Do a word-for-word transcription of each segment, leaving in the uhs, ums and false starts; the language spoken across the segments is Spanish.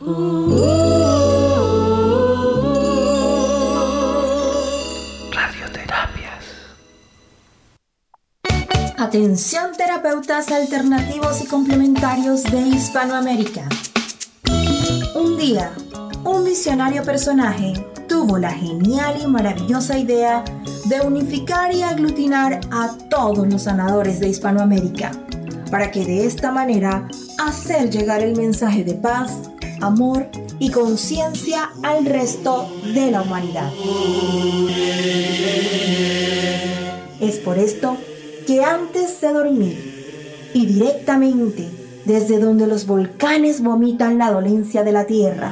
Radioterapias. Atención, terapeutas alternativos y complementarios de Hispanoamérica. Un día, un visionario personaje tuvo la genial y maravillosa idea de unificar y aglutinar a todos los sanadores de Hispanoamérica, para que de esta manera hacer llegar el mensaje de paz, amor y conciencia al resto de la humanidad. Es por esto que antes de dormir y directamente desde donde los volcanes vomitan la dolencia de la tierra,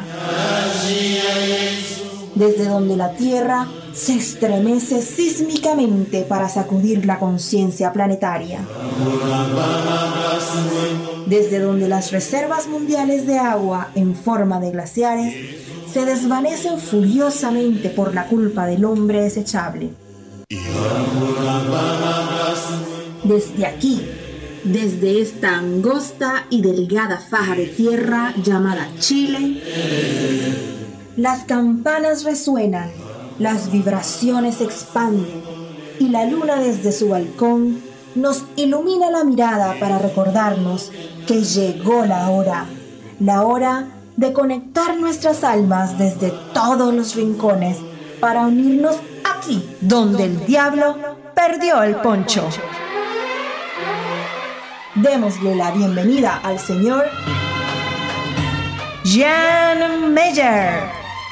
desde donde la tierra se estremece sísmicamente para sacudir la conciencia planetaria, desde donde las reservas mundiales de agua en forma de glaciares se desvanecen furiosamente por la culpa del hombre desechable. Desde aquí, desde esta angosta y delgada faja de tierra llamada Chile, las campanas resuenan, las vibraciones se expanden y la luna desde su balcón nos ilumina la mirada para recordarnos que llegó la hora, la hora de conectar nuestras almas desde todos los rincones para unirnos aquí donde el diablo perdió el poncho. Démosle la bienvenida al señor Jan Meyer.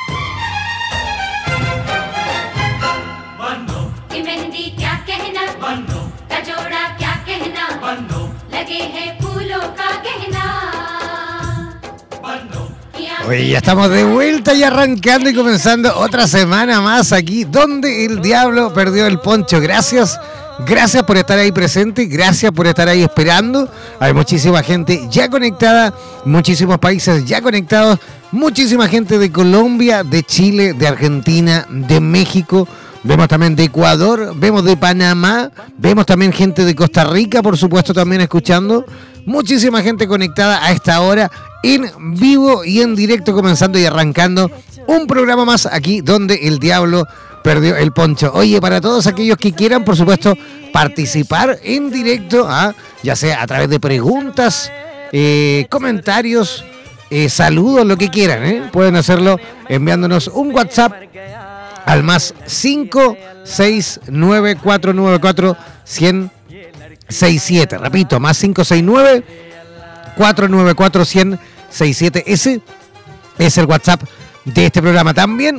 Oye, ya estamos de vuelta y arrancando y comenzando otra semana más aquí donde el diablo perdió el poncho. Gracias. Gracias por estar ahí presente, gracias por estar ahí esperando. Hay muchísima gente ya conectada, muchísimos países ya conectados, muchísima gente de Colombia, de Chile, de Argentina, de México, vemos también de Ecuador, vemos de Panamá, vemos también gente de Costa Rica, por supuesto, también escuchando. Muchísima gente conectada a esta hora en vivo y en directo, comenzando y arrancando un programa más aquí donde el diablo perdió el poncho. Oye, para todos aquellos que quieran, por supuesto, participar en directo, ¿ah? Ya sea a través de preguntas, eh, comentarios, eh, saludos, lo que quieran, ¿eh? Pueden hacerlo enviándonos un WhatsApp al más cinco seis nueve cuatro nueve cuatro uno cero seis siete. Repito, más cinco seis nueve cuatro nueve cuatro uno cero seis siete. Ese es el WhatsApp de este programa. También,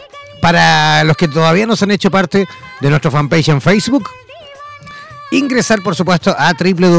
para los que todavía no se han hecho parte de nuestro fanpage en Facebook, ingresar, por supuesto, a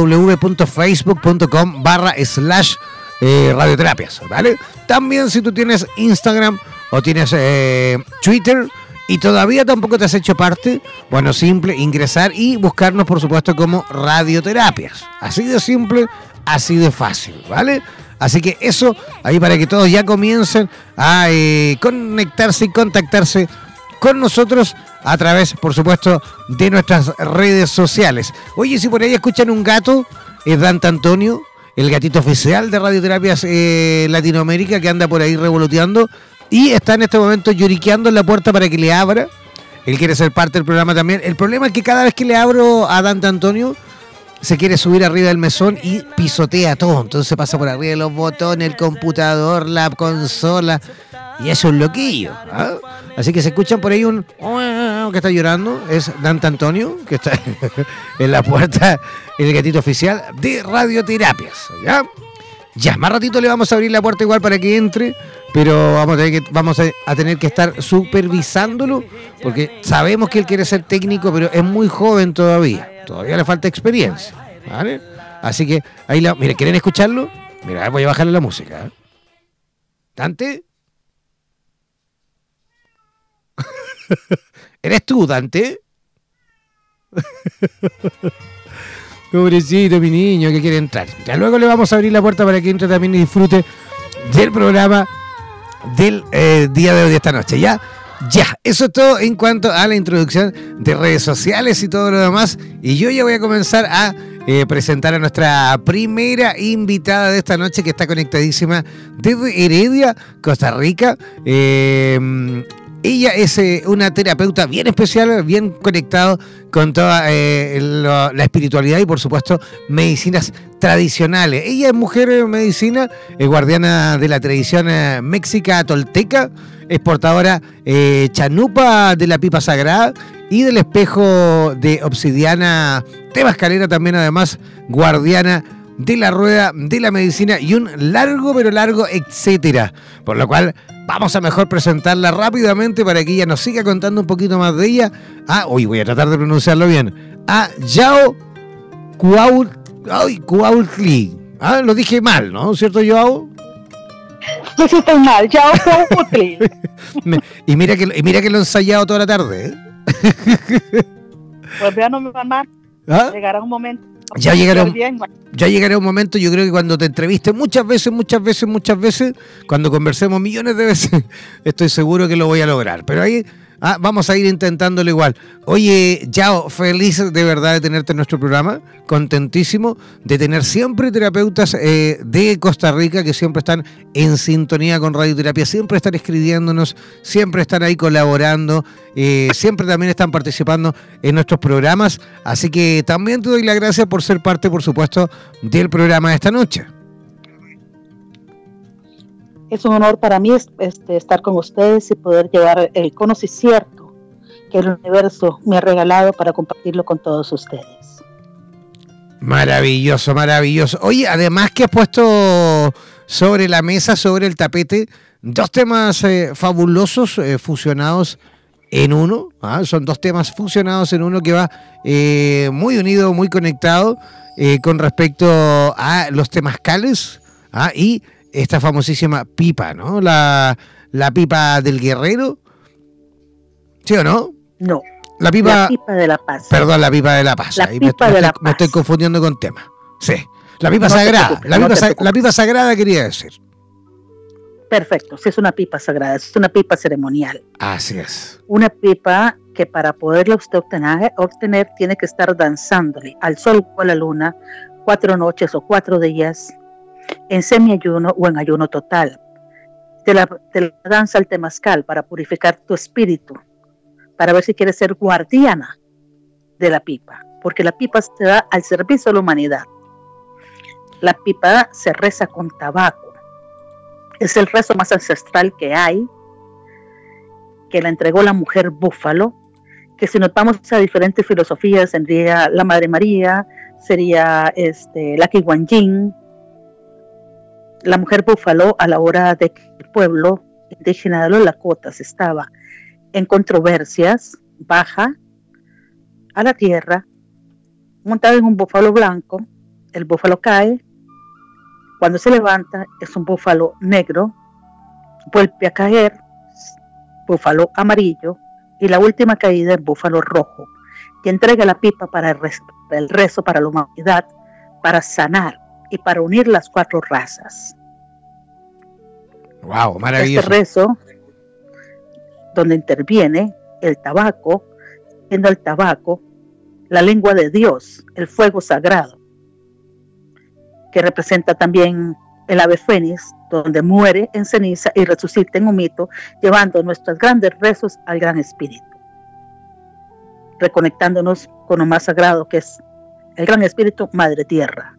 www.facebook.com barra slash radioterapias, ¿vale? También, si tú tienes Instagram o tienes eh, Twitter y todavía tampoco te has hecho parte, bueno, simple, ingresar y buscarnos, por supuesto, como Radioterapias. Así de simple, así de fácil, ¿vale? Así que eso, ahí para que todos ya comiencen a eh, conectarse y contactarse con nosotros a través, por supuesto, de nuestras redes sociales. Oye, si por ahí escuchan un gato, es Dante Antonio, el gatito oficial de Radioterapias eh, Latinoamérica, que anda por ahí revoloteando y está en este momento lloriqueando en la puerta para que le abra. Él quiere ser parte del programa también. El problema es que cada vez que le abro a Dante Antonio, se quiere subir arriba del mesón y pisotea todo. Entonces pasa por arriba de los botones, el computador, la consola. Y eso es un loquillo, ¿eh? Así que se escuchan por ahí un que está llorando. Es Dante Antonio, que está en la puerta, el gatito oficial de Radioterapias. ¿Ya? Ya, más ratito le vamos a abrir la puerta igual para que entre. Pero vamos a tener que, vamos a tener que estar supervisándolo. Porque sabemos que él quiere ser técnico, pero es muy joven todavía. Todavía le falta experiencia, ¿vale? Así que ahí la... Mire, ¿quieren escucharlo? Mira, voy a bajarle la música, ¿eh? ¿Dante? ¿Eres tú, Dante? Pobrecito, mi niño, que quiere entrar. Ya luego le vamos a abrir la puerta para que entre también y disfrute del programa del eh, día de hoy, de esta noche, ¿ya? Ya, eso es todo en cuanto a la introducción de redes sociales y todo lo demás. Y yo ya voy a comenzar a eh, presentar a nuestra primera invitada de esta noche, que está conectadísima desde Heredia, Costa Rica. Eh, ella es eh, una terapeuta bien especial, bien conectado con toda eh, lo, la espiritualidad y, por supuesto, medicinas tradicionales. Ella es mujer en medicina, es guardiana de la tradición eh, mexica tolteca, es portadora eh, chanupa de la pipa sagrada y del espejo de obsidiana tabascalera, también además guardiana de la rueda de la medicina y un largo pero largo etcétera. Por lo cual vamos a mejor presentarla rápidamente para que ella nos siga contando un poquito más de ella. Ah, hoy voy a tratar de pronunciarlo bien. A Yao Cuautli. Ah, lo dije mal, ¿no? ¿Cierto, Yao? No hiciste mal, Yao Cuautli. y mira que y mira que lo he ensayado toda la tarde, ¿eh? Pues ya no me van mal. ¿Ah? Llegará un momento. Ya llegará, un, ya llegará un momento, yo creo que cuando te entreviste muchas veces, muchas veces, muchas veces, cuando conversemos millones de veces, estoy seguro que lo voy a lograr. Pero ahí ah, vamos a ir intentándolo igual. Oye, Yao, feliz de verdad de tenerte en nuestro programa, contentísimo de tener siempre terapeutas eh, de Costa Rica que siempre están en sintonía con Radioterapia, siempre están escribiéndonos, siempre están ahí colaborando, eh, siempre también están participando en nuestros programas, así que también te doy las gracias por ser parte, por supuesto, del programa de esta noche. Es un honor para mí este, estar con ustedes y poder llevar el conocimiento que el universo me ha regalado para compartirlo con todos ustedes. Maravilloso, maravilloso. Oye, además que has puesto sobre la mesa, sobre el tapete, dos temas eh, fabulosos eh, fusionados en uno. ¿ah? Son dos temas fusionados en uno que va eh, muy unido, muy conectado eh, con respecto a los temazcales ¿ah? y esta famosísima pipa, ¿no? La, la pipa del guerrero. ¿Sí o no? No. La pipa, la pipa de la paz. Perdón, la pipa de la paz. La Ahí pipa me, de me, la estoy, paz. me estoy confundiendo con temas. Sí. La pipa no sagrada. La, pipa, no sa- la pipa sagrada quería decir. Perfecto. Sí, es una pipa sagrada. Es una pipa ceremonial. Así es. Una pipa que para poderla usted obtener, obtener tiene que estar danzándole al sol o a la luna cuatro noches o cuatro días en semiayuno o en ayuno total. Te la, te la danza al temazcal para purificar tu espíritu, para ver si quieres ser guardiana de la pipa, porque la pipa se da al servicio de la humanidad. La pipa se reza con tabaco. Es el rezo más ancestral que hay, que la entregó la mujer búfalo, que si nos vamos a diferentes filosofías, sería la Madre María, sería este, la Kiwanjin. La mujer búfalo, a la hora de que el pueblo indígena de los Lakotas estaba en controversias, baja a la tierra, montada en un búfalo blanco, el búfalo cae, cuando se levanta es un búfalo negro, vuelve a caer, búfalo amarillo, y la última caída es búfalo rojo, que entrega la pipa para el rezo, el rezo para la humanidad, para sanar y para unir las cuatro razas. Wow, maravilloso. Este rezo, donde interviene el tabaco, siendo el tabaco la lengua de Dios, el fuego sagrado, que representa también el ave fénix, donde muere en ceniza y resucita en un mito, llevando nuestros grandes rezos al gran espíritu, reconectándonos con lo más sagrado que es el gran espíritu Madre Tierra.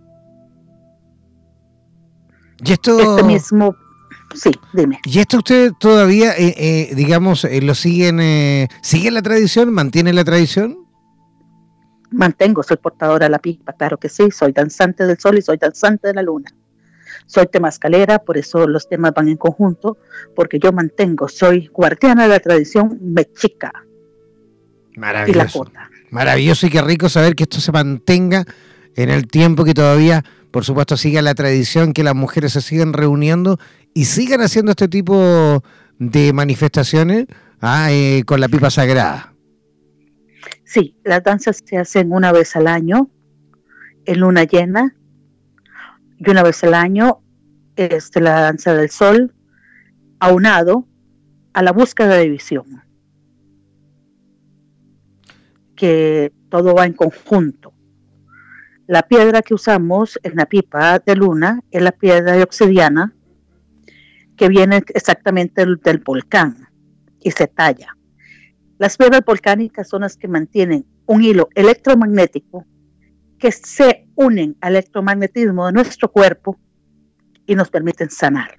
Y esto, este mismo, sí, dime. ¿Y esto usted todavía, eh, eh, digamos, eh, lo siguen, eh, siguen la tradición, mantienen la tradición? Mantengo, soy portadora de la pipa, claro que sí, soy danzante del sol y soy danzante de la luna. Soy temazcalera, por eso los temas van en conjunto, porque yo mantengo, soy guardiana de la tradición mexica. Maravilloso. Maravilloso y qué rico saber que esto se mantenga en el tiempo, que todavía, por supuesto, siga la tradición, que las mujeres se sigan reuniendo y sigan haciendo este tipo de manifestaciones ah, eh, con la pipa sagrada. Sí, las danzas se hacen una vez al año, en luna llena, y una vez al año este, la danza del sol, aunado a la búsqueda de visión, que todo va en conjunto. La piedra que usamos en la pipa de luna es la piedra de obsidiana, que viene exactamente del, del volcán y se talla. Las piedras volcánicas son las que mantienen un hilo electromagnético que se unen al electromagnetismo de nuestro cuerpo y nos permiten sanar.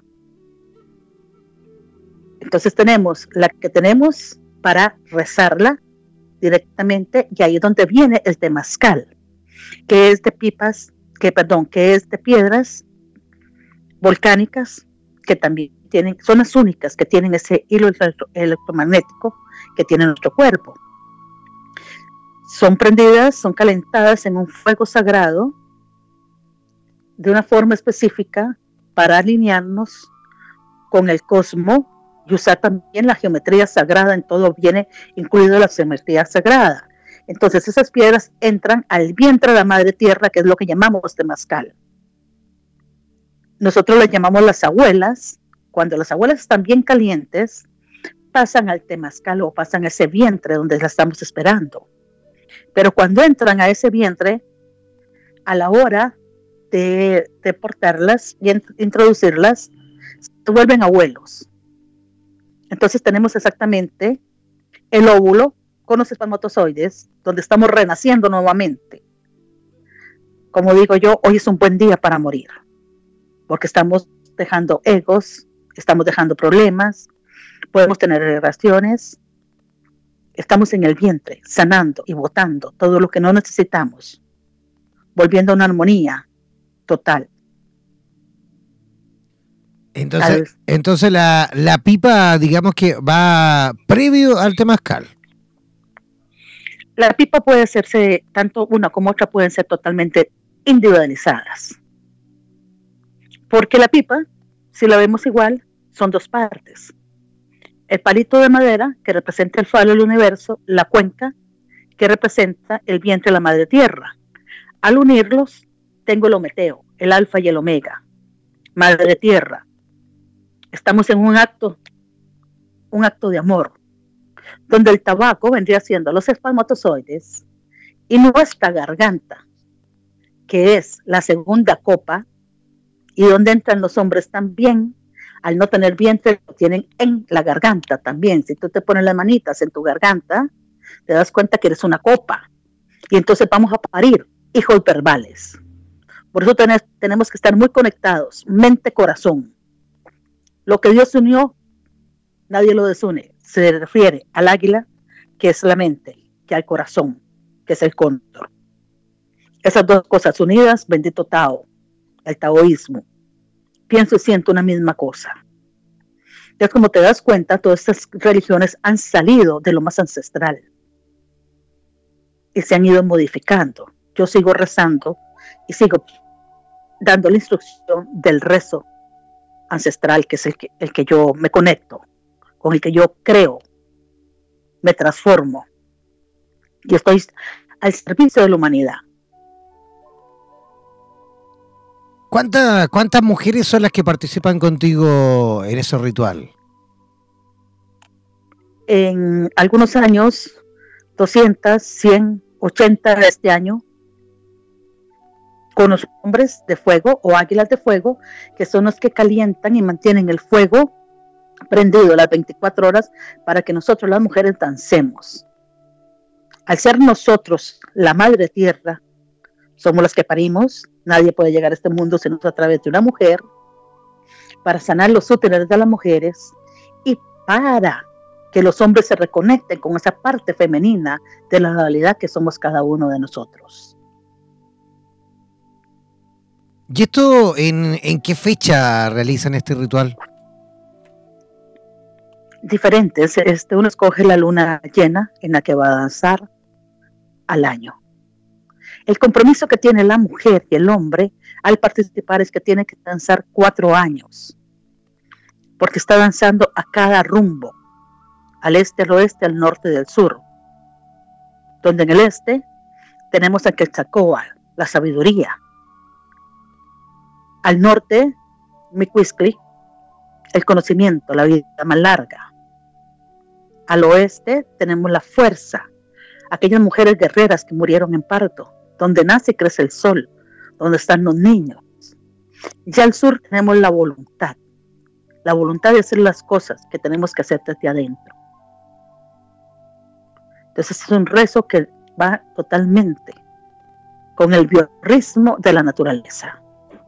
Entonces tenemos la que tenemos para rezarla directamente, y ahí es donde viene el temazcal, que es de pipas, que perdón, que es de piedras volcánicas que también tienen, son las únicas que tienen ese hilo electro, electromagnético que tiene nuestro cuerpo. Son prendidas, son calentadas en un fuego sagrado de una forma específica para alinearnos con el cosmos y usar también la geometría sagrada. En todo viene incluido la geometría sagrada. Entonces esas piedras entran al vientre de la madre tierra, que es lo que llamamos temazcal. Nosotros las llamamos las abuelas. Cuando las abuelas están bien calientes, pasan al temazcal o pasan a ese vientre donde la estamos esperando. Pero cuando entran a ese vientre, a la hora de, de portarlas y en, introducirlas, se vuelven abuelos. Entonces tenemos exactamente el óvulo con los espermatozoides, donde estamos renaciendo nuevamente. Como digo yo, hoy es un buen día para morir, porque estamos dejando egos, estamos dejando problemas, podemos tener relaciones, estamos en el vientre, sanando y botando todo lo que no necesitamos, volviendo a una armonía total. Entonces, entonces la, la pipa, digamos que va previo al temazcal. La pipa puede hacerse, tanto una como otra pueden ser totalmente individualizadas. Porque la pipa, si la vemos igual, son dos partes. El palito de madera, que representa el falo del universo, la cuenca, que representa el vientre de la madre tierra. Al unirlos, tengo el ometeo, el alfa y el omega, madre tierra. Estamos en un acto, un acto de amor, donde el tabaco vendría siendo los espermatozoides y nuestra garganta, que es la segunda copa, y donde entran los hombres también. Al no tener vientre, lo tienen en la garganta también. Si tú te pones las manitas en tu garganta, te das cuenta que eres una copa. Y entonces vamos a parir hijos verbales. Por eso tenés, tenemos que estar muy conectados, mente-corazón. Lo que Dios unió, nadie lo desune. Se refiere al águila, que es la mente, y al corazón, que es el cóndor. Esas dos cosas unidas, bendito Tao, el taoísmo. Pienso y siento una misma cosa. Entonces, como te das cuenta, todas estas religiones han salido de lo más ancestral y se han ido modificando. Yo sigo rezando y sigo dando la instrucción del rezo ancestral, que es el que, el que yo me conecto, con el que yo creo, me transformo y estoy al servicio de la humanidad. ¿Cuánta, ¿Cuántas mujeres son las que participan contigo en ese ritual? En algunos años, doscientas, cien, ochenta este año, con los hombres de fuego o águilas de fuego, que son los que calientan y mantienen el fuego prendido las veinticuatro horas para que nosotros las mujeres dancemos. Al ser nosotros la madre tierra, somos las que parimos. Nadie puede llegar a este mundo sino a través de una mujer, para sanar los úteros de las mujeres y para que los hombres se reconecten con esa parte femenina de la dualidad que somos cada uno de nosotros. ¿Y esto en, en qué fecha realizan este ritual? Diferentes. Este, uno escoge la luna llena en la que va a danzar al año. El compromiso que tiene la mujer y el hombre al participar es que tiene que danzar cuatro años, porque está danzando a cada rumbo, al este, al oeste, al norte y al sur, donde en el este tenemos a Quetzalcóatl, la sabiduría, al norte, Micuistli, el conocimiento, la vida más larga, al oeste tenemos la fuerza, aquellas mujeres guerreras que murieron en parto, donde nace y crece el sol, donde están los niños. Ya al sur tenemos la voluntad, la voluntad de hacer las cosas que tenemos que hacer desde adentro. Entonces es un rezo que va totalmente con el biorritmo de la naturaleza.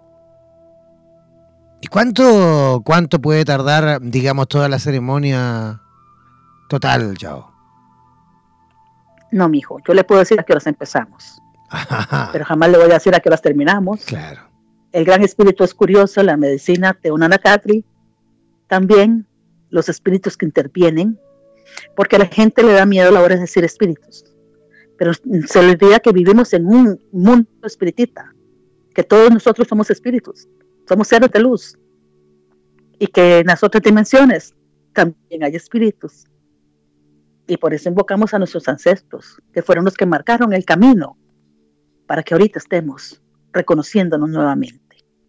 ¿Y cuánto, cuánto puede tardar, digamos, toda la ceremonia total, Yao? No, mijo, yo le puedo decir a qué horas empezamos, pero jamás le voy a decir a qué horas terminamos. Claro. El gran espíritu es curioso, la medicina Teonanacatli, también los espíritus que intervienen, porque a la gente le da miedo a la hora de decir espíritus, pero se le olvida que vivimos en un mundo espiritista, que todos nosotros somos espíritus, somos seres de luz, y que en las otras dimensiones también hay espíritus. Y por eso invocamos a nuestros ancestros, que fueron los que marcaron el camino para que ahorita estemos reconociéndonos nuevamente.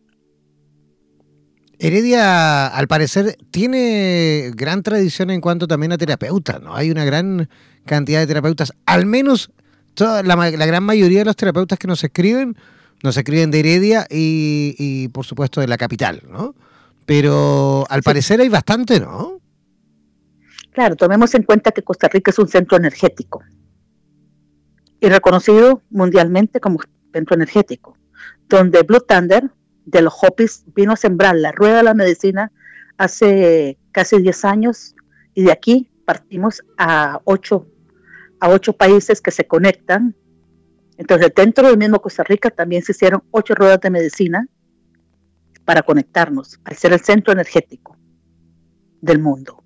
Heredia, al parecer, tiene gran tradición en cuanto también a terapeutas, ¿no? Hay una gran cantidad de terapeutas, al menos toda la, la gran mayoría de los terapeutas que nos escriben, nos escriben de Heredia y, y por supuesto de la capital, ¿no? Pero al sí. parecer hay bastante, ¿no? Claro, tomemos en cuenta que Costa Rica es un centro energético y reconocido mundialmente como centro energético, donde Blue Thunder de los Hopis vino a sembrar la rueda de la medicina hace casi diez años, y de aquí partimos a ocho, a ocho países que se conectan. Entonces dentro del mismo Costa Rica también se hicieron ocho ruedas de medicina para conectarnos al ser el centro energético del mundo.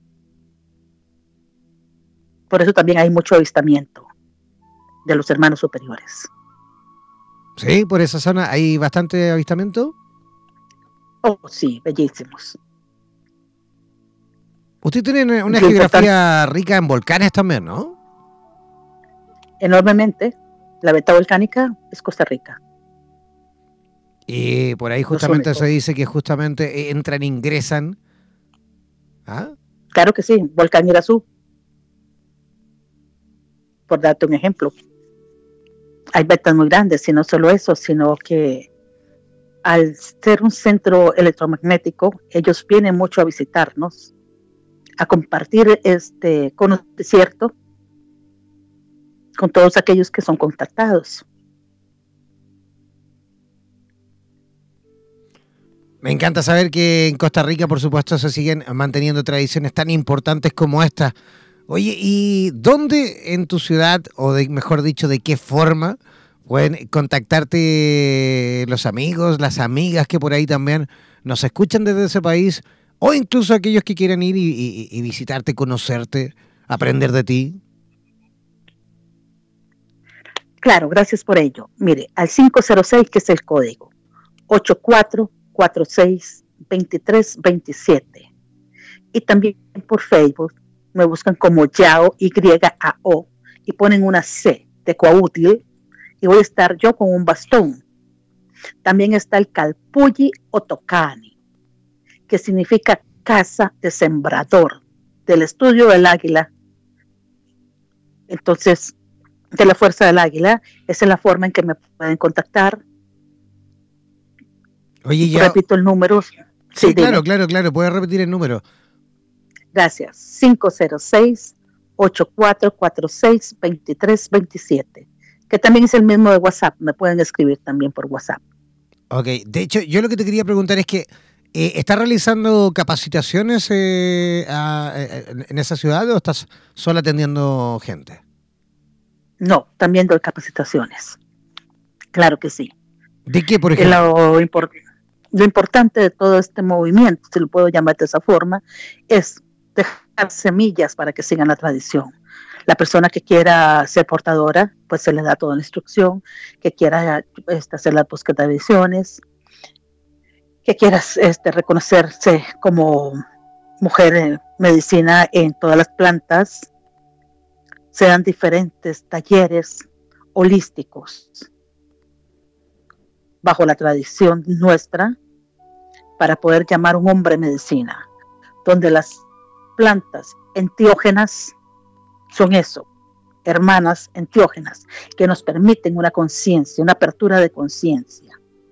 Por eso también hay mucho avistamiento de los hermanos superiores. Sí, por esa zona hay bastante avistamiento. Oh, sí, bellísimos. Usted tiene una sí, geografía rica en volcanes también, ¿no? Enormemente. La veta volcánica es Costa Rica. Y por ahí justamente se dice que justamente entran, ingresan. ¿Ah? Claro que sí, Volcán Irazú. Por darte un ejemplo. Hay vetas muy grandes, y no solo eso, sino que al ser un centro electromagnético, ellos vienen mucho a visitarnos, a compartir este conocimiento con todos aquellos que son contactados. Me encanta saber que en Costa Rica, por supuesto, se siguen manteniendo tradiciones tan importantes como esta. Oye, ¿y dónde en tu ciudad, o de, mejor dicho, de qué forma pueden contactarte los amigos, las amigas que por ahí también nos escuchan desde ese país, o incluso aquellos que quieran ir y, y, y visitarte, conocerte, aprender de ti? Claro, gracias por ello. Mire, al cinco cero seis, que es el código, ocho cuatro cuatro seis dos tres dos siete. Y también por Facebook me buscan como Yao, Y A O, y ponen una C de Coaútil, y voy a estar yo con un bastón. También está el Calpulli Otocani, que significa casa de sembrador, del estudio del águila. Entonces, de la fuerza del águila, esa es la forma en que me pueden contactar. Oye, ya. Repito el número. Sí, sí claro, claro, claro. ¿Puedes repetir el número? Gracias. cinco cero seis, ocho cuatro cuatro seis, dos tres dos siete. Que también es el mismo de WhatsApp. Me pueden escribir también por WhatsApp. Ok. De hecho, yo lo que te quería preguntar es que eh, ¿estás realizando capacitaciones eh, a, eh, en esa ciudad, o estás solo atendiendo gente? No, también doy capacitaciones. Claro que sí. ¿De qué, por ejemplo? Lo, import- lo importante de todo este movimiento, si lo puedo llamar de esa forma, es dejar semillas para que sigan la tradición. La persona que quiera ser portadora, pues se le da toda la instrucción, que quiera este, hacer las búsquedas de visiones, que quiera este, reconocerse como mujer en medicina en todas las plantas, se dan diferentes talleres holísticos bajo la tradición nuestra para poder llamar un hombre medicina, donde las plantas enteógenas son eso, hermanas enteógenas que nos permiten una conciencia, una apertura de conciencia.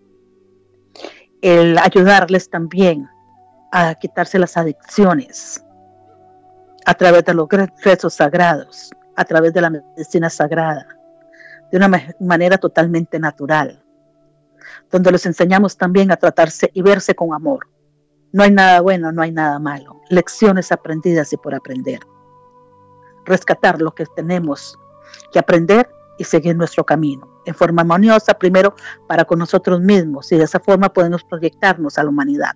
El ayudarles también a quitarse las adicciones a través de los rezos sagrados, a través de la medicina sagrada, de una manera totalmente natural, donde les enseñamos también a tratarse y verse con amor. No hay nada bueno, no hay nada malo. Lecciones aprendidas y por aprender. Rescatar lo que tenemos que aprender y seguir nuestro camino en forma armoniosa, primero para con nosotros mismos, y de esa forma podemos proyectarnos a la humanidad.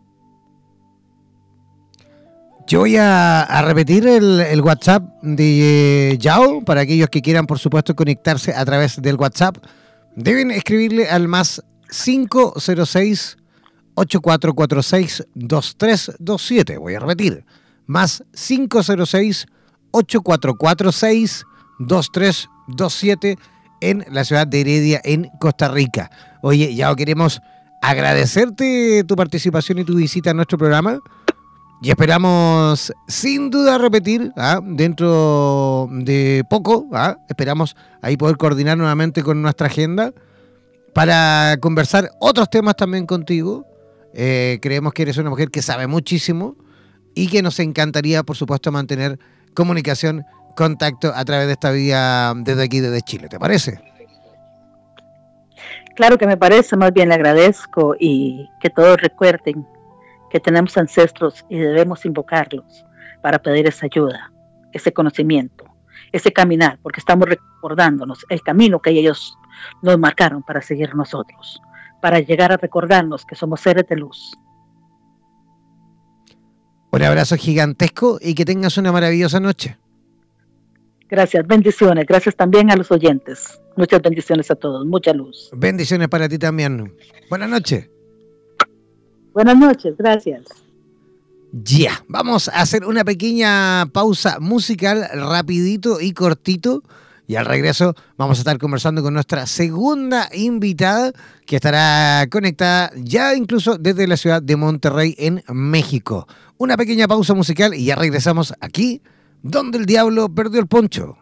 Yo voy a, a repetir el, el WhatsApp de eh, Yao para aquellos que quieran, por supuesto, conectarse a través del WhatsApp. Deben escribirle al más cinco cero seis, ocho cuatro cuatro seis, dos tres dos siete. Voy a repetir, más cinco cero seis, ocho cuatro cuatro seis, dos tres dos siete en la ciudad de Heredia, en Costa Rica. Oye, Yao, queremos agradecerte tu participación y tu visita a nuestro programa. Y esperamos sin duda repetir, ¿ah? dentro de poco, ¿ah? esperamos ahí poder coordinar nuevamente con nuestra agenda para conversar otros temas también contigo. Eh, creemos que eres una mujer que sabe muchísimo y que nos encantaría, por supuesto, mantener comunicación, contacto a través de esta vía desde aquí, desde Chile. ¿Te parece? Claro que me parece, más bien le agradezco, y que todos recuerden que tenemos ancestros y debemos invocarlos para pedir esa ayuda, ese conocimiento, ese caminar, porque estamos recordándonos el camino que ellos nos marcaron para seguir nosotros, para llegar a recordarnos que somos seres de luz. Un abrazo gigantesco y que tengas una maravillosa noche. Gracias, bendiciones, gracias también a los oyentes. Muchas bendiciones a todos, mucha luz. Bendiciones para ti también. Buenas noches. Buenas noches, gracias. Ya, yeah, vamos a hacer una pequeña pausa musical rapidito y cortito. Y al regreso vamos a estar conversando con nuestra segunda invitada, que estará conectada ya incluso desde la ciudad de Monterrey, en México. Una pequeña pausa musical y ya regresamos aquí, donde el diablo perdió el poncho.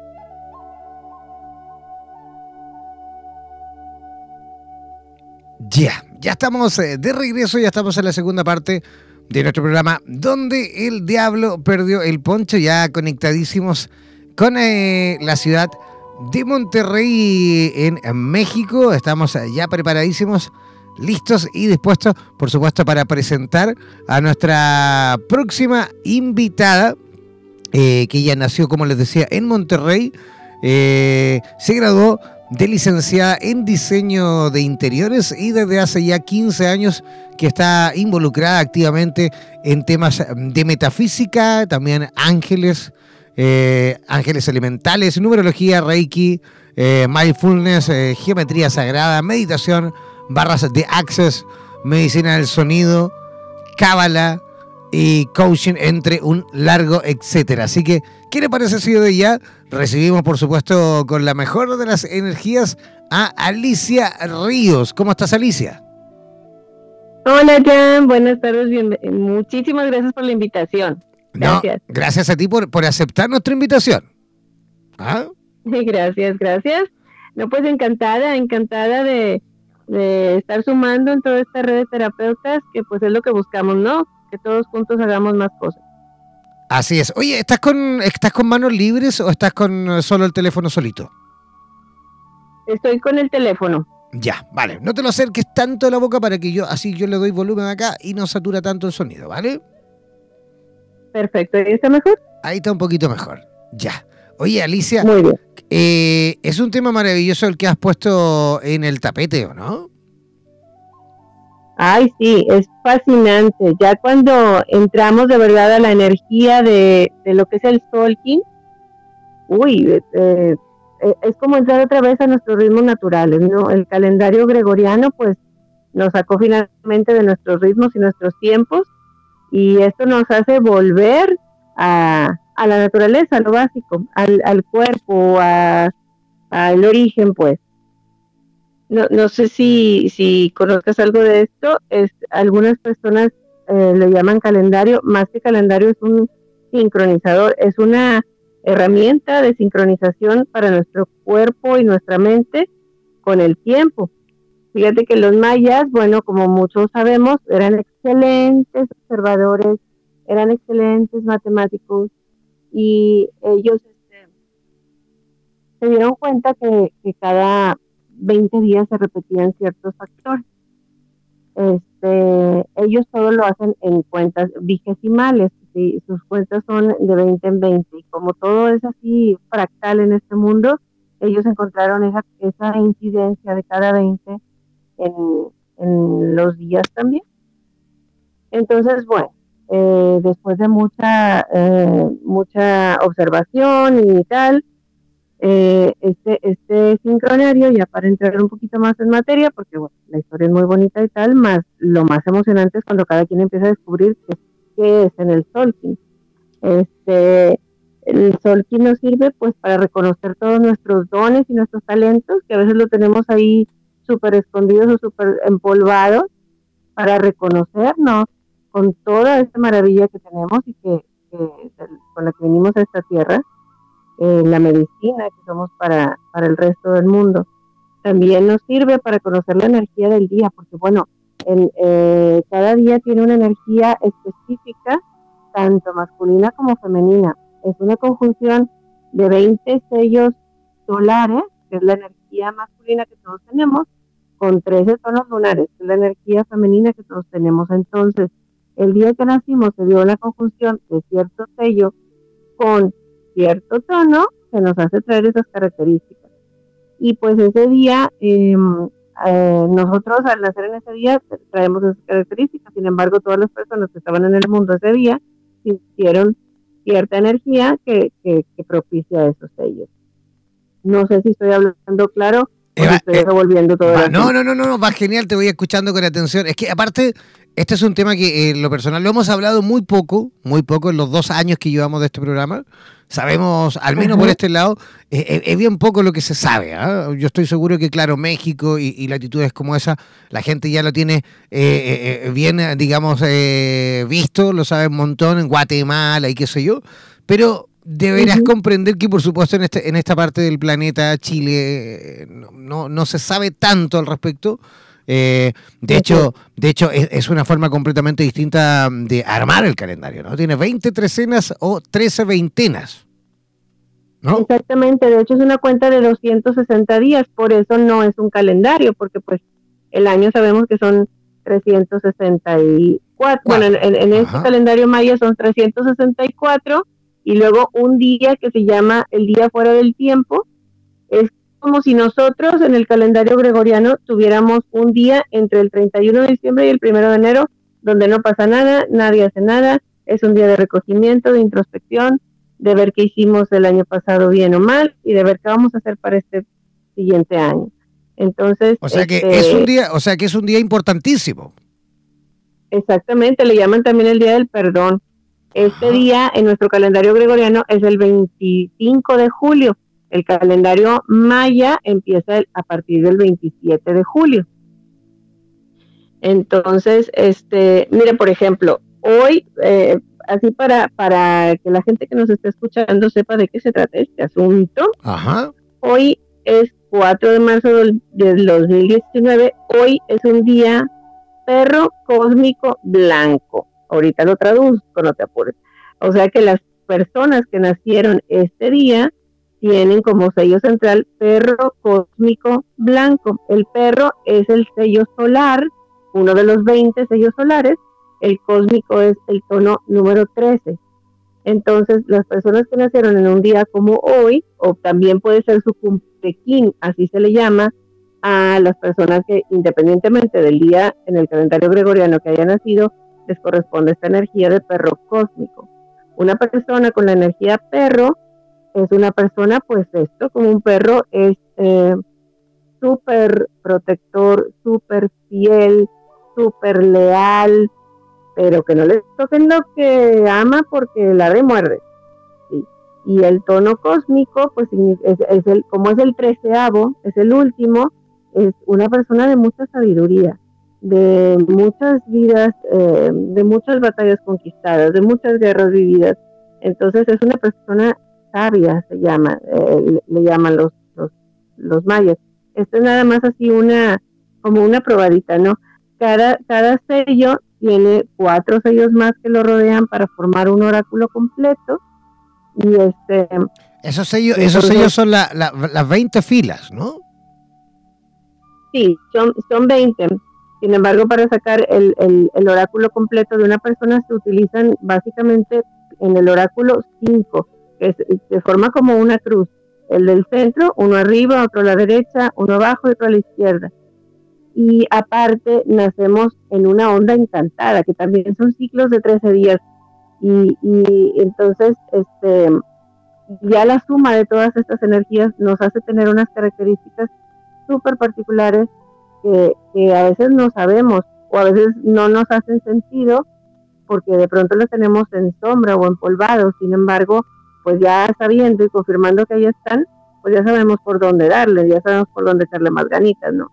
Ya, yeah, ya estamos de regreso, ya estamos en la segunda parte de nuestro programa, donde el diablo perdió el poncho, ya conectadísimos con eh, la ciudad de Monterrey, en México. Estamos ya preparadísimos, listos y dispuestos, por supuesto, para presentar a nuestra próxima invitada, eh, que ya nació, como les decía, en Monterrey. Eh, se graduó de licenciada en diseño de interiores y desde hace ya quince años que está involucrada activamente en temas de metafísica, también ángeles, eh, ángeles elementales, numerología, reiki, eh, mindfulness, eh, geometría sagrada, meditación, barras de access, medicina del sonido, cábala y coaching, entre un largo etcétera. Así que, ¿qué le parece si de ya recibimos, por supuesto, con la mejor de las energías, a Alicia Ríos? ¿Cómo estás, Alicia? Hola, Jan, buenas tardes, bien, muchísimas gracias por la invitación. Gracias. No, gracias a ti por, por aceptar nuestra invitación. ¿Ah? Gracias, gracias. No, pues encantada, encantada de, de estar sumando en toda esta red de terapeutas, que pues es lo que buscamos, ¿no? Que todos juntos hagamos más cosas. Así es. Oye, ¿estás con, estás con manos libres o estás con solo el teléfono solito? Estoy con el teléfono. Ya, vale. No te lo acerques tanto a la boca para que yo, así yo le doy volumen acá y no satura tanto el sonido, ¿vale? Perfecto. ¿Y está mejor? Ahí está un poquito mejor. Ya. Oye, Alicia, muy bien. Eh, es un tema maravilloso el que has puesto en el tapete, ¿o no? Ay, sí, es fascinante. Ya cuando entramos de verdad a la energía de, de lo que es el Tzolk'in, uy, eh, es como entrar otra vez a nuestros ritmos naturales, ¿no? El calendario gregoriano, pues, nos sacó finalmente de nuestros ritmos y nuestros tiempos, y esto nos hace volver a, a la naturaleza, a lo básico, al, al cuerpo, a, al origen, pues. No, no sé si, si conozcas algo de esto. Es, algunas personas eh, le llaman calendario, más que calendario es un sincronizador, es una herramienta de sincronización para nuestro cuerpo y nuestra mente con el tiempo. Fíjate que los mayas, bueno, como muchos sabemos, eran excelentes observadores, eran excelentes matemáticos, y ellos este, se dieron cuenta que, que cada veinte días se repetían ciertos factores. Este, ellos todo lo hacen en cuentas vigesimales, ¿sí? Sus cuentas son de veinte en veinte, y como todo es así fractal en este mundo, ellos encontraron esa, esa incidencia de cada veinte en, en los días también. Entonces, bueno, eh, después de mucha eh, mucha observación y tal, eh, este este sincronario, ya para entrar un poquito más en materia, porque bueno, la historia es muy bonita y tal, más lo más emocionante es cuando cada quien empieza a descubrir qué, qué es en el Tzolk'in. Este, el Tzolk'in nos sirve pues para reconocer todos nuestros dones y nuestros talentos, que a veces lo tenemos ahí súper escondidos o súper empolvados, para reconocernos con toda esta maravilla que tenemos y que, que con la que venimos a esta tierra, eh, la medicina que somos para, para el resto del mundo. También nos sirve para conocer la energía del día, porque bueno, el, eh, cada día tiene una energía específica, tanto masculina como femenina. Es una conjunción de veinte sellos solares, que es la energía masculina que todos tenemos, con trece tonos lunares, que es la energía femenina que todos tenemos. Entonces, el día que nacimos se dio una conjunción de cierto sello con cierto tono que nos hace traer esas características. Y pues ese día, eh, eh, nosotros al nacer en ese día traemos esas características. Sin embargo, todas las personas que estaban en el mundo ese día sintieron cierta energía que, que, que propicia esos sellos. No sé si estoy hablando claro. Eva, estoy revolviendo todo. Va, no, no, no, no, va genial, te voy escuchando con atención. Es que aparte, este es un tema que en eh, lo personal lo hemos hablado muy poco, muy poco en los dos años que llevamos de este programa. Sabemos, al menos uh-huh. por este lado, es eh, eh, bien poco lo que se sabe. ¿eh? Yo estoy seguro que, claro, México y, y latitudes como esa, la gente ya lo tiene eh, eh, bien, digamos, eh, visto, lo sabe un montón, en Guatemala y qué sé yo, pero deberás uh-huh. comprender que, por supuesto, en, este, en esta parte del planeta, Chile, no, no, no se sabe tanto al respecto. Eh, de uh-huh. hecho, de hecho es, es una forma completamente distinta de armar el calendario, ¿no? Tiene veinte trecenas o trece veintenas, ¿no? Exactamente, de hecho es una cuenta de doscientos sesenta días, por eso no es un calendario, porque pues el año sabemos que son trescientos sesenta y cuatro. Bueno, en, en este calendario maya son trescientos sesenta y cuatro. Y luego un día que se llama el día fuera del tiempo. Es como si nosotros en el calendario gregoriano tuviéramos un día entre el treinta y uno de diciembre y el primero de enero, donde no pasa nada, nadie hace nada, es un día de recogimiento, de introspección, de ver qué hicimos el año pasado bien o mal, y de ver qué vamos a hacer para este siguiente año. Entonces, o sea que este, es un día, o sea que es un día importantísimo. Exactamente, le llaman también el día del perdón. Este día en nuestro calendario gregoriano es el veinticinco de julio. El calendario maya empieza a partir del veintisiete de julio. Entonces, este, mire, por ejemplo, hoy, eh, así para, para que la gente que nos esté escuchando sepa de qué se trata este asunto. Ajá. Hoy es cuatro de marzo del, del dos mil diecinueve. Hoy es un día perro cósmico blanco. Ahorita lo traduzco, no te apures. O sea que las personas que nacieron este día tienen como sello central perro cósmico blanco. El perro es el sello solar, uno de los veinte sellos solares. El cósmico es el tono número trece. Entonces, las personas que nacieron en un día como hoy, o también puede ser su cumpleaños, así se le llama a las personas que, independientemente del día en el calendario gregoriano que haya nacido, les corresponde esta energía de perro cósmico. Una persona con la energía perro es una persona, pues esto, como un perro, es eh, súper protector, súper fiel, súper leal, pero que no le toquen lo que ama porque la remuerde. ¿Sí? Y el tono cósmico, pues es, es el, como es el treceavo, es el último, es una persona de mucha sabiduría, de muchas vidas, eh, de muchas batallas conquistadas, de muchas guerras vividas. Entonces es una persona sabia, se llama, eh, le, le llaman los, los, los mayas. Esto es nada más así una, como una probadita, ¿no? Cada, cada sello tiene cuatro sellos más que lo rodean para formar un oráculo completo. Y este... Esos sellos, esos sellos son la, la, las veinte filas, ¿no? Sí, son, son veinte. Sin embargo, para sacar el, el, el oráculo completo de una persona se utilizan básicamente en el oráculo cinco, que se forma como una cruz. El del centro, uno arriba, otro a la derecha, uno abajo y otro a la izquierda. Y aparte nacemos en una onda encantada, que también son ciclos de trece días. Y, y entonces este ya la suma de todas estas energías nos hace tener unas características súper particulares que, que a veces no sabemos o a veces no nos hacen sentido porque de pronto las tenemos en sombra o empolvados. Sin embargo, pues ya sabiendo y confirmando que ahí están, pues ya sabemos por dónde darle, ya sabemos por dónde echarle más ganitas, ¿no?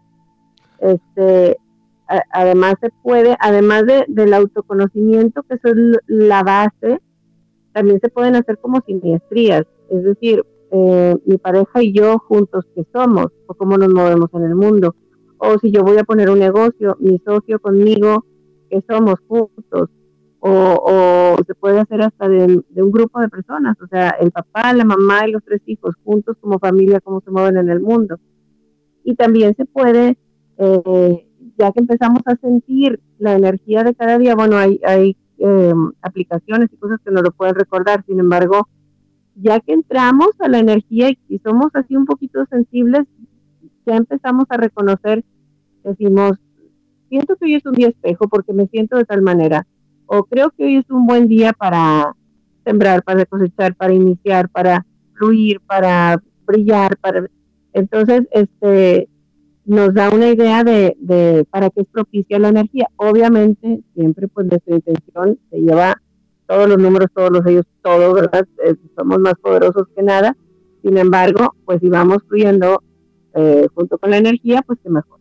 Este, a, además se puede, además de, del autoconocimiento, que eso es la base, también se pueden hacer como siniestrías, es decir, eh, mi pareja y yo juntos qué somos, o cómo nos movemos en el mundo, o si yo voy a poner un negocio, mi socio conmigo, qué somos juntos, o, o se puede hacer hasta de, de un grupo de personas, o sea, el papá, la mamá y los tres hijos juntos como familia, cómo se mueven en el mundo. Y también se puede, eh, ya que empezamos a sentir la energía de cada día, bueno, hay, hay eh, aplicaciones y cosas que nos lo pueden recordar. Sin embargo, ya que entramos a la energía y, y somos así un poquito sensibles, ya empezamos a reconocer, decimos, siento que hoy es un día espejo porque me siento de tal manera, o creo que hoy es un buen día para sembrar, para cosechar, para iniciar, para fluir, para brillar, para... Entonces, este, nos da una idea de, de para qué es propicia la energía. Obviamente, siempre pues nuestra intención se lleva todos los números, todos los sellos, todo, ¿verdad? Eh, somos más poderosos que nada. Sin embargo, pues si vamos fluyendo eh, junto con la energía, pues que mejor.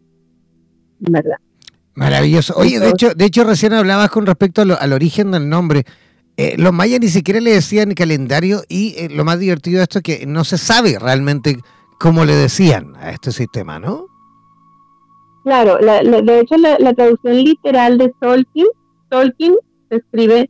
¿Verdad? Maravilloso. Oye, de hecho, de hecho recién hablabas con respecto a lo, al origen del nombre. Eh, los mayas ni siquiera le decían calendario y eh, lo más divertido de esto es que no se sabe realmente cómo le decían a este sistema, ¿no? Claro, la, la, de hecho la, la traducción literal de Tzolk'in, Tzolk'in se escribe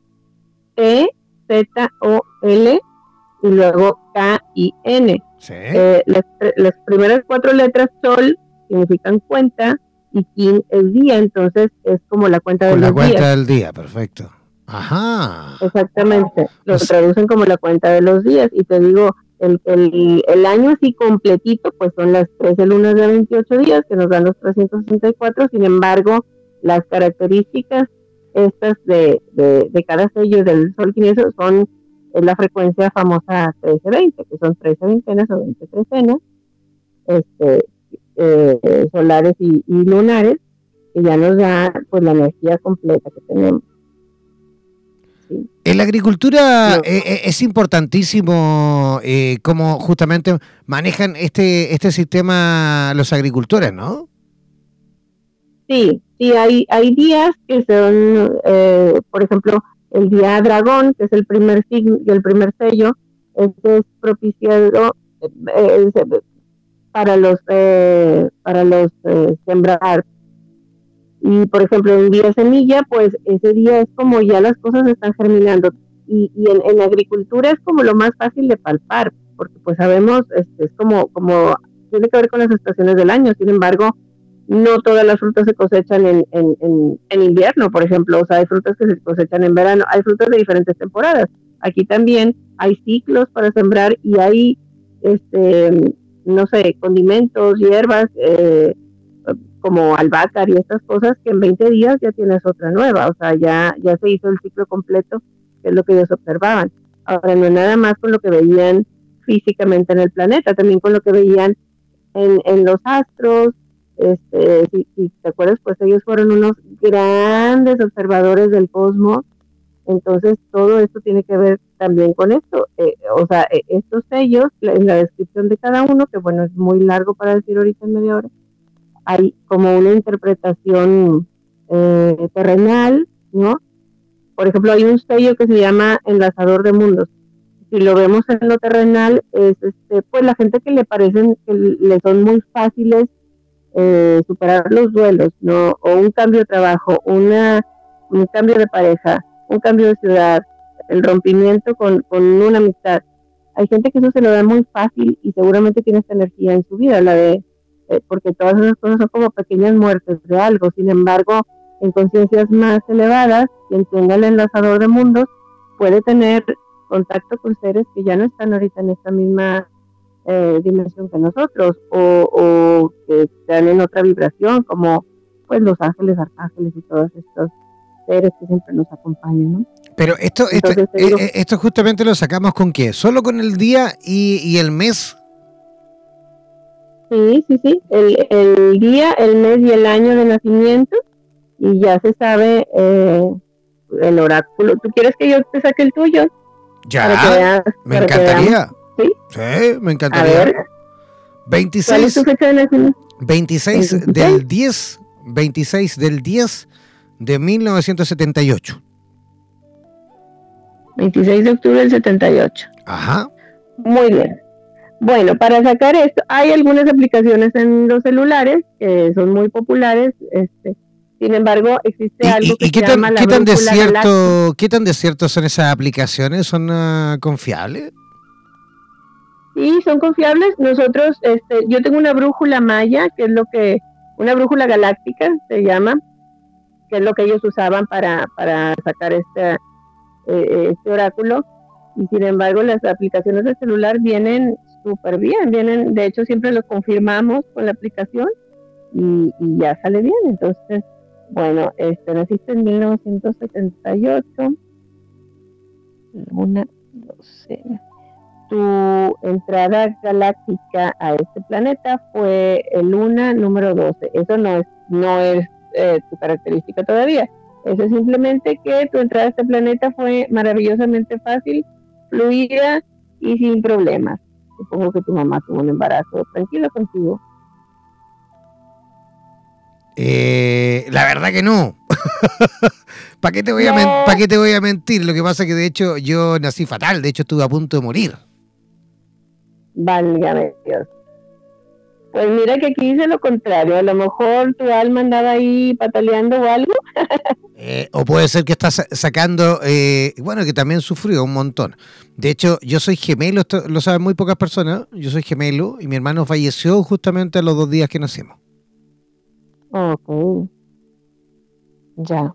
T Z O L y luego K I N. Sí. Eh, las, las primeras cuatro letras Sol significan cuenta y Kin es día, entonces es como la cuenta de los días. Con la cuenta del día, perfecto. Ajá. Exactamente, lo Pues, traducen como la cuenta de los días y te digo, el, el, el año así completito, pues son las trece lunas de veintiocho días que nos dan los trescientos sesenta y cuatro. Sin embargo, las características estas de, de, de cada sello del sol quinésio son es la frecuencia famosa trece veinte, que son trece veintenas o veinte trecenas, este, eh, solares y, y lunares, que ya nos da pues la energía completa que tenemos. Sí. En la agricultura No. eh, es importantísimo eh, cómo justamente manejan este este sistema los agricultores, ¿no? Sí, sí, hay, hay días que son, eh, por ejemplo, el día dragón, que es el primer signo y el primer sello, este es propiciado eh, para los eh, para los eh, sembrar. Y por ejemplo, en día semilla, pues ese día es como ya las cosas están germinando. Y, y en, en agricultura es como lo más fácil de palpar, porque pues sabemos, este, es como, como, tiene que ver con las estaciones del año. Sin embargo, no todas las frutas se cosechan en, en, en, en invierno, por ejemplo. O sea, hay frutas que se cosechan en verano, hay frutas de diferentes temporadas. Aquí también hay ciclos para sembrar y hay, este, no sé, condimentos, hierbas, eh, como albahaca y estas cosas que en veinte días ya tienes otra nueva, o sea, ya, ya se hizo el ciclo completo, que es lo que ellos observaban. Ahora, no nada más con lo que veían físicamente en el planeta, también con lo que veían en, en los astros. Este, si, si te acuerdas, pues ellos fueron unos grandes observadores del cosmos, entonces todo esto tiene que ver también con esto, eh, o sea, eh, estos sellos, en la descripción de cada uno, que bueno, es muy largo para decir ahorita en media hora, hay como una interpretación eh, terrenal, ¿no? Por ejemplo, hay un sello que se llama Enlazador de Mundos. si lo vemos en lo terrenal, es este, pues la gente que le parecen, que le son muy fáciles eh, superar los duelos, ¿no? O un cambio de trabajo, una, un cambio de pareja, un cambio de ciudad, el rompimiento con, con una amistad. Hay gente que eso se lo da muy fácil y seguramente tiene esta energía en su vida, la de, eh, porque todas esas cosas son como pequeñas muertes de algo. Sin embargo, en conciencias más elevadas, quien tenga el enlazador de mundos puede tener contacto con seres que ya no están ahorita en esta misma eh, dimensión que nosotros, o, o que están en otra vibración, como pues los ángeles, arcángeles y todos estos seres que siempre nos acompañan, ¿no? Pero esto, esto, Entonces, eh, digo, esto justamente lo sacamos ¿con qué? ¿Solo con el día y, y el mes? Sí, sí, sí, el, el día, el mes y el año de nacimiento, y ya se sabe eh, el oráculo. ¿Tú quieres que yo te saque el tuyo? Ya, veas, me encantaría. ¿Sí? Sí, me encantaría. A ver, veintiséis, ¿cuál es tu fecha de nacimiento? veintiséis, veintiséis del diez, veintiséis del diez de mil novecientos setenta y ocho. veintiséis de octubre del setenta y ocho. Ajá. Muy bien. Bueno, para sacar esto, hay algunas aplicaciones en los celulares que son muy populares, este, sin embargo, existe ¿Y, algo y, que y qué se tan, llama la ¿qué tan brújula desierto, galáctica? ¿Qué tan desiertos son esas aplicaciones? ¿Son uh, confiables? Sí, son confiables. Nosotros, este, yo tengo una brújula maya, que es lo que, una brújula galáctica se llama, que es lo que ellos usaban para, para sacar este, eh, este oráculo. Y sin embargo, las aplicaciones de celular vienen súper bien, vienen, de hecho siempre lo confirmamos con la aplicación y, y ya sale bien. Entonces, bueno, este, naciste en mil novecientos setenta y ocho, una, doce. Tu entrada galáctica a este planeta fue el luna número doce. Eso no es, no es eh, tu característica todavía. Eso es simplemente que tu entrada a este planeta fue maravillosamente fácil, fluida y sin problemas. Supongo que tu mamá tuvo un embarazo tranquilo contigo. Eh, la verdad que no. ¿Para qué te voy no. a men- ¿Para qué te voy a mentir? Lo que pasa es que de hecho yo nací fatal, de hecho estuve a punto de morir. Válgame Dios. Pues mira que aquí dice lo contrario, a lo mejor tu alma andaba ahí pataleando o algo. eh, o puede ser que estás sacando, eh, bueno, que también sufrió un montón. De hecho, yo soy gemelo, esto lo saben muy pocas personas, yo soy gemelo y mi hermano falleció justamente a los dos días que nacimos. Ok. Ya.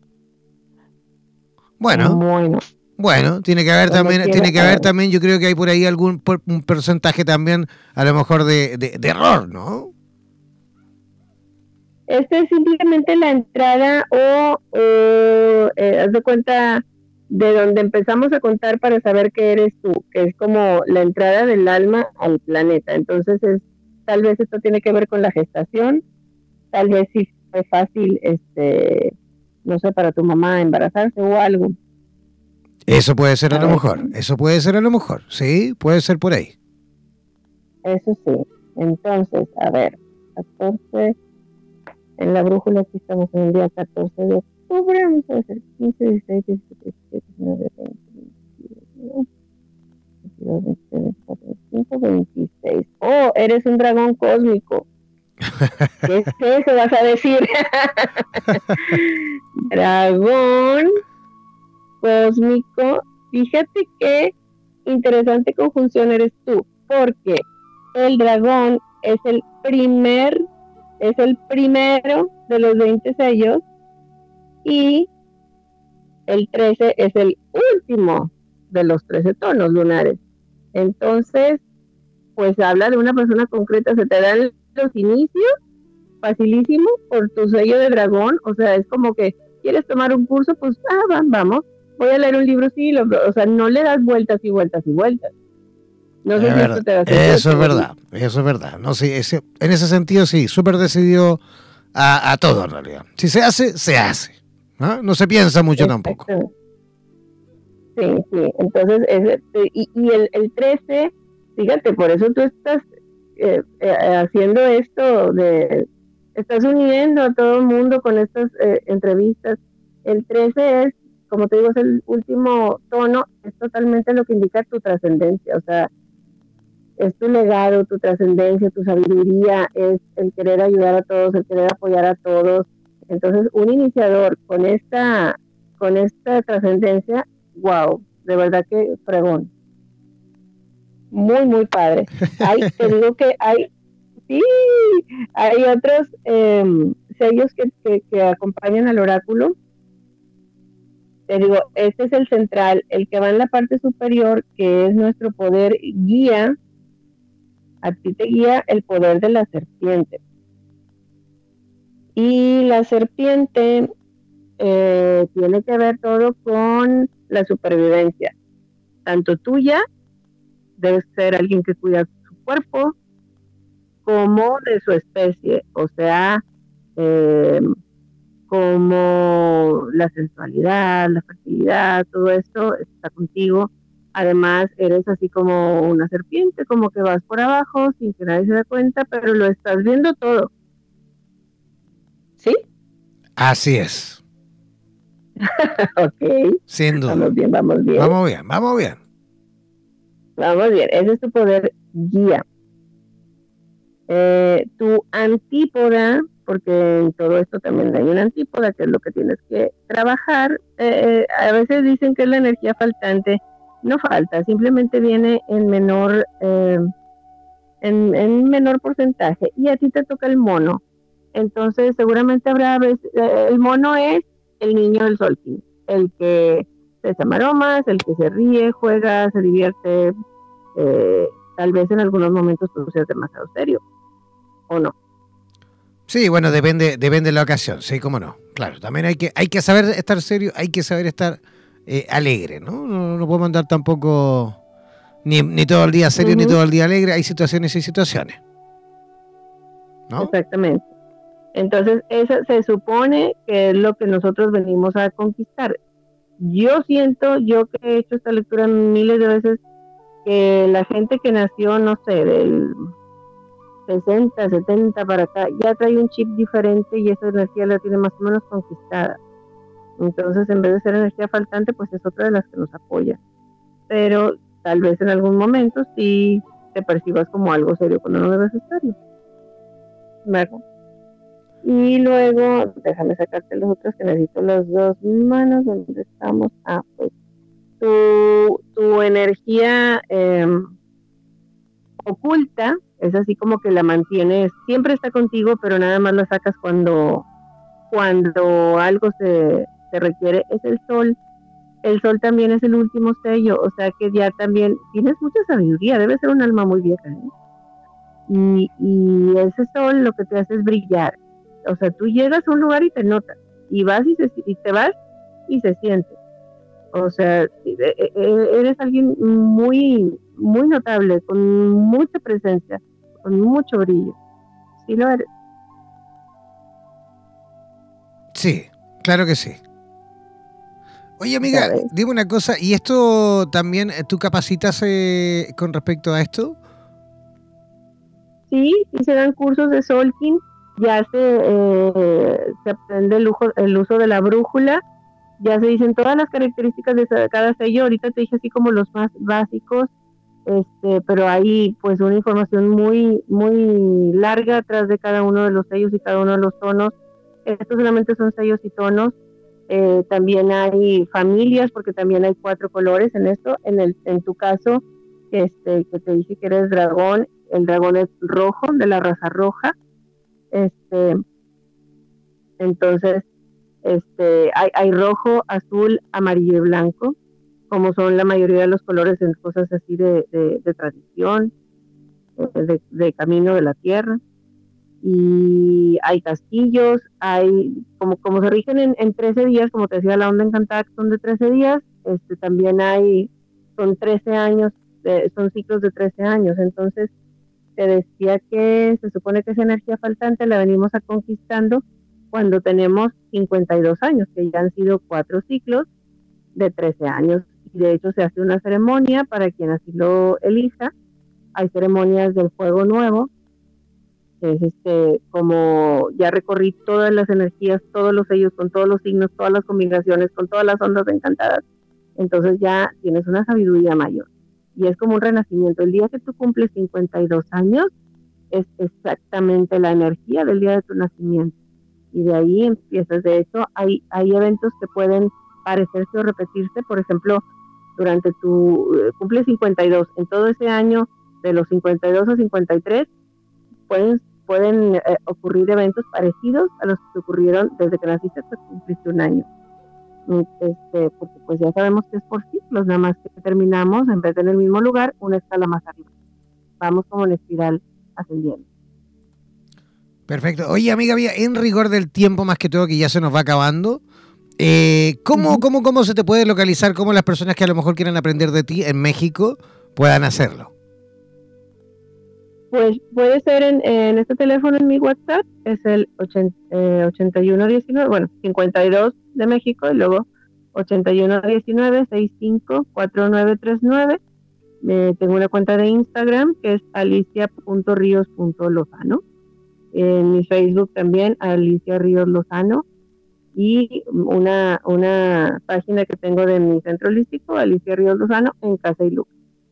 Bueno. Bueno. Bueno, tiene que haber bueno, también, tiene que haber también, yo creo que hay por ahí algún por, un porcentaje también, a lo mejor de, de, de error, ¿no? Este es simplemente la entrada o, o eh, haz de cuenta de donde empezamos a contar para saber qué eres tú, que es como la entrada del alma al planeta. Entonces, es, tal vez esto tiene que ver con la gestación, tal vez sí fue fácil, este, no sé, para tu mamá embarazarse o algo. Eso puede ser a, a lo ver. mejor, eso puede ser a lo mejor, sí, puede ser por ahí. Eso sí, entonces, a ver, catorce, en la brújula aquí estamos en el día catorce de octubre, vamos a hacer quince, dieciséis, diecisiete, diecisiete, diecinueve, veinte, veintidós, veintidós, veinticinco, veintiséis. Oh, eres un dragón cósmico. ¿Qué es eso vas a decir? Dragón cósmico. Fíjate qué interesante conjunción eres tú, porque el dragón es el primer, es el primero de los veinte sellos y el trece es el último de los trece tonos lunares. Entonces, pues habla de una persona concreta, se te dan los inicios facilísimo por tu sello de dragón, o sea, es como que quieres tomar un curso, pues ah, van, vamos. Voy a leer un libro, sí, lo, o sea, no le das vueltas y vueltas y vueltas. No sé es si verdad, esto te da eso es verdad, eso es verdad. No, sí, ese, en ese sentido, sí, súper decidido a, a todo en realidad. Si se hace, se hace. ¿No? No se piensa mucho Exacto. tampoco. Sí, sí, entonces, es, y, y el, el trece, fíjate, por eso tú estás eh, eh, haciendo esto, de estás uniendo a todo el mundo con estas eh, entrevistas. El trece es como te digo, es el último tono, es totalmente lo que indica tu trascendencia, o sea, es tu legado, tu trascendencia, tu sabiduría, es el querer ayudar a todos, el querer apoyar a todos. Entonces, un iniciador con esta, con esta trascendencia, wow, de verdad que fregón. Muy, muy padre. Hay, te digo que hay, sí, hay otros eh, sellos que, que, que acompañan al oráculo. Te digo, este es el central, el que va en la parte superior, que es nuestro poder guía. A ti te guía el poder de la serpiente. Y la serpiente eh, tiene que ver todo con la supervivencia. Tanto tuya, debes ser alguien que cuida su cuerpo, como de su especie. O sea, eh, como la sensualidad, la fertilidad, todo esto está contigo. Además, eres así como una serpiente, como que vas por abajo sin que nadie se dé cuenta, pero lo estás viendo todo. ¿Sí? Así es. Ok. Sin duda. Vamos bien, vamos bien. Vamos bien, vamos bien. Vamos bien, ese es tu poder guía. Eh, tu antípoda, porque en todo esto también hay una antípoda, que es lo que tienes que trabajar. Eh, a veces dicen que es la energía faltante. No falta, simplemente viene en menor eh, en, en menor porcentaje y a ti te toca el mono. Entonces seguramente habrá veces, eh, el mono es el niño del Solkin, el que se echa maromas, el que se ríe, juega, se divierte, eh, tal vez en algunos momentos tú seas demasiado serio, ¿o no? Sí, bueno, depende, depende de la ocasión, sí, cómo no. Claro, también hay que, hay que saber estar serio, hay que saber estar eh, alegre, ¿no? No, no podemos andar tampoco ni, ni todo el día serio, uh-huh. ni todo el día alegre. Hay situaciones y situaciones, ¿no? Exactamente. Entonces, eso se supone que es lo que nosotros venimos a conquistar. Yo siento, yo que he hecho esta lectura miles de veces, que la gente que nació, no sé, del sesenta, setenta para acá, ya trae un chip diferente y esa energía la tiene más o menos conquistada. Entonces, en vez de ser energía faltante, pues es otra de las que nos apoya. Pero tal vez en algún momento sí te percibas como algo serio cuando no debes estarlo. ¿Verdad? Y luego, déjame sacarte los otros que necesito las dos manos. ¿Dónde estamos? Ah, pues tu, tu energía eh, oculta es así como que la mantienes, siempre está contigo, pero nada más la sacas cuando, cuando algo se, se requiere. Es el sol. El sol también es el último sello, o sea que ya también tienes mucha sabiduría, debe ser un alma muy vieja, ¿eh? Y, y ese sol lo que te hace es brillar. O sea, tú llegas a un lugar y te notas, y vas y, se, y te vas y se siente. O sea, eres alguien muy, muy notable, con mucha presencia, con mucho brillo. ¿Sí lo eres? Sí, claro que sí. Oye, amiga, dime una cosa, ¿y esto también tú capacitas eh, con respecto a esto? Sí, sí se dan cursos de Solkin, ya se, eh, se aprende el, lujo, el uso de la brújula, ya se dicen todas las características de cada sello. Ahorita te dije así como los más básicos, este, pero hay pues una información muy, muy larga atrás de cada uno de los sellos y cada uno de los tonos. Estos solamente son sellos y tonos. Eh, también hay familias, porque también hay cuatro colores en esto. En el, en tu caso, este, que te dije que eres dragón, el dragón es rojo, de la raza roja. Este, entonces, este, hay, hay rojo, azul, amarillo y blanco, como son la mayoría de los colores en cosas así de, de, de tradición, de, de camino de la tierra. Y hay castillos, hay, como, como se rigen en, en trece días, como te decía, la onda encantada son de trece días, este, también hay, son trece años, eh, son ciclos de trece años. Entonces, te decía que se supone que esa energía faltante la venimos a conquistando cuando tenemos cincuenta y dos años, que ya han sido cuatro ciclos de trece años. Y de hecho se hace una ceremonia para quien así lo elija. Hay ceremonias del fuego nuevo, es este como ya recorrí todas las energías, todos los sellos, con todos los signos, todas las combinaciones, con todas las ondas encantadas. Entonces ya tienes una sabiduría mayor. Y es como un renacimiento. El día que tú cumples cincuenta y dos años, es exactamente la energía del día de tu nacimiento. Y de ahí empiezas. De hecho, hay, hay eventos que pueden parecerse o repetirse. Por ejemplo, durante tu uh, cumple cincuenta y dos, en todo ese año, de los cincuenta y dos a cincuenta y tres, pueden, pueden eh, ocurrir eventos parecidos a los que ocurrieron desde que naciste hasta que cumpliste un año. Este, porque pues ya sabemos que es por ciclos, nada más que terminamos, en vez de en el mismo lugar, una escala más arriba. Vamos como en espiral ascendiendo. Perfecto. Oye, amiga mía, en rigor del tiempo, más que todo, que ya se nos va acabando, eh, ¿cómo, uh-huh. ¿cómo, ¿cómo se te puede localizar? ¿Cómo las personas que a lo mejor quieran aprender de ti en México puedan hacerlo? Pues puede ser en, en este teléfono, en mi WhatsApp, es el ochenta, eh, ochenta y uno diecinueve, bueno, cincuenta y dos de México, y luego ochenta y uno diecinueve, sesenta y cinco, cuarenta y nueve treinta y nueve. Eh, tengo una cuenta de Instagram que es alicia punto ríos punto lozano. En mi Facebook también, Alicia Ríos Lozano. Y una, una página que tengo de mi centro holístico, Alicia Ríos Lozano, en Casa y Luz.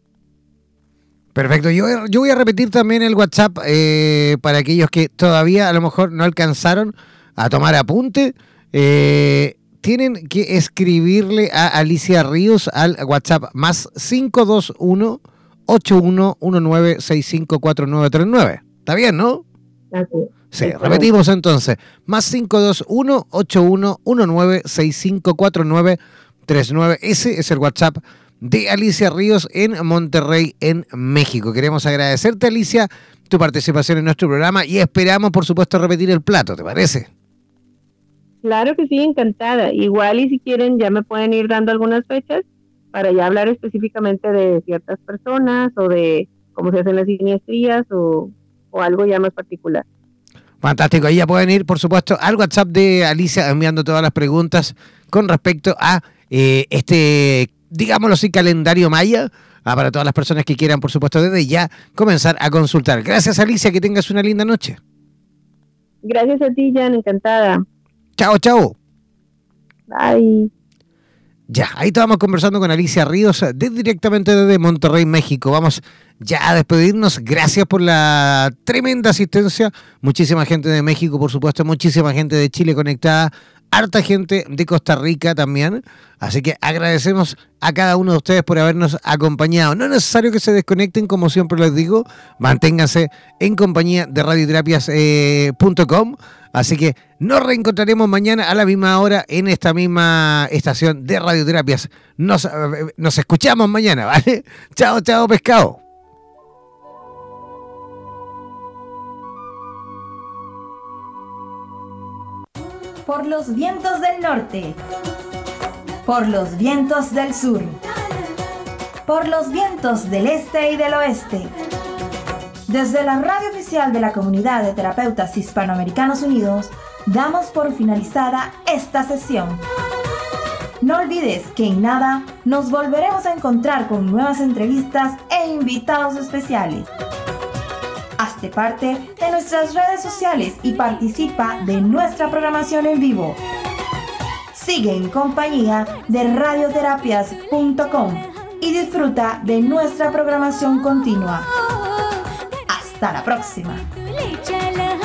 Perfecto, yo, yo voy a repetir también el WhatsApp eh, para aquellos que todavía a lo mejor no alcanzaron a tomar apunte. Eh, tienen que escribirle a Alicia Ríos al WhatsApp más cinco dos uno, ocho uno uno nueve, seis cinco cuatro nueve tres nueve. ¿Está bien, no? Así es. Sí, repetimos entonces, más cinco dos uno, ocho uno uno nueve, seis cinco cuatro nueve tres nueve. Ese es el WhatsApp de Alicia Ríos en Monterrey, en México. Queremos agradecerte, Alicia, tu participación en nuestro programa y esperamos, por supuesto, repetir el plato, ¿te parece? Claro que sí, encantada. Igual y si quieren ya me pueden ir dando algunas fechas para ya hablar específicamente de ciertas personas o de cómo se hacen las siniestrías o, o algo ya más particular. Fantástico, ahí ya pueden ir, por supuesto, al WhatsApp de Alicia enviando todas las preguntas con respecto a eh, este, digámoslo así, calendario maya, ah, para todas las personas que quieran, por supuesto, desde ya comenzar a consultar. Gracias, Alicia, que tengas una linda noche. Gracias a ti, Jan, encantada. Chao, chao. Bye. Ya, ahí estábamos conversando con Alicia Ríos de, directamente desde Monterrey, México. Vamos ya a despedirnos. Gracias por la tremenda asistencia. Muchísima gente de México, por supuesto, muchísima gente de Chile conectada, harta gente de Costa Rica también. Así que agradecemos a cada uno de ustedes por habernos acompañado. No es necesario que se desconecten, como siempre les digo. Manténganse en compañía de radioterapias punto com. Así que nos reencontraremos mañana a la misma hora en esta misma estación de Radioterapias. Nos, nos escuchamos mañana, ¿vale? Chao, chao, pescado. Por los vientos del norte, por los vientos del sur, por los vientos del este y del oeste. Desde la radio oficial de la Comunidad de Terapeutas Hispanoamericanos Unidos, damos por finalizada esta sesión. No olvides que en nada nos volveremos a encontrar con nuevas entrevistas e invitados especiales. Hazte parte de nuestras redes sociales y participa de nuestra programación en vivo. Sigue en compañía de radioterapias punto com y disfruta de nuestra programación continua. Hasta la próxima.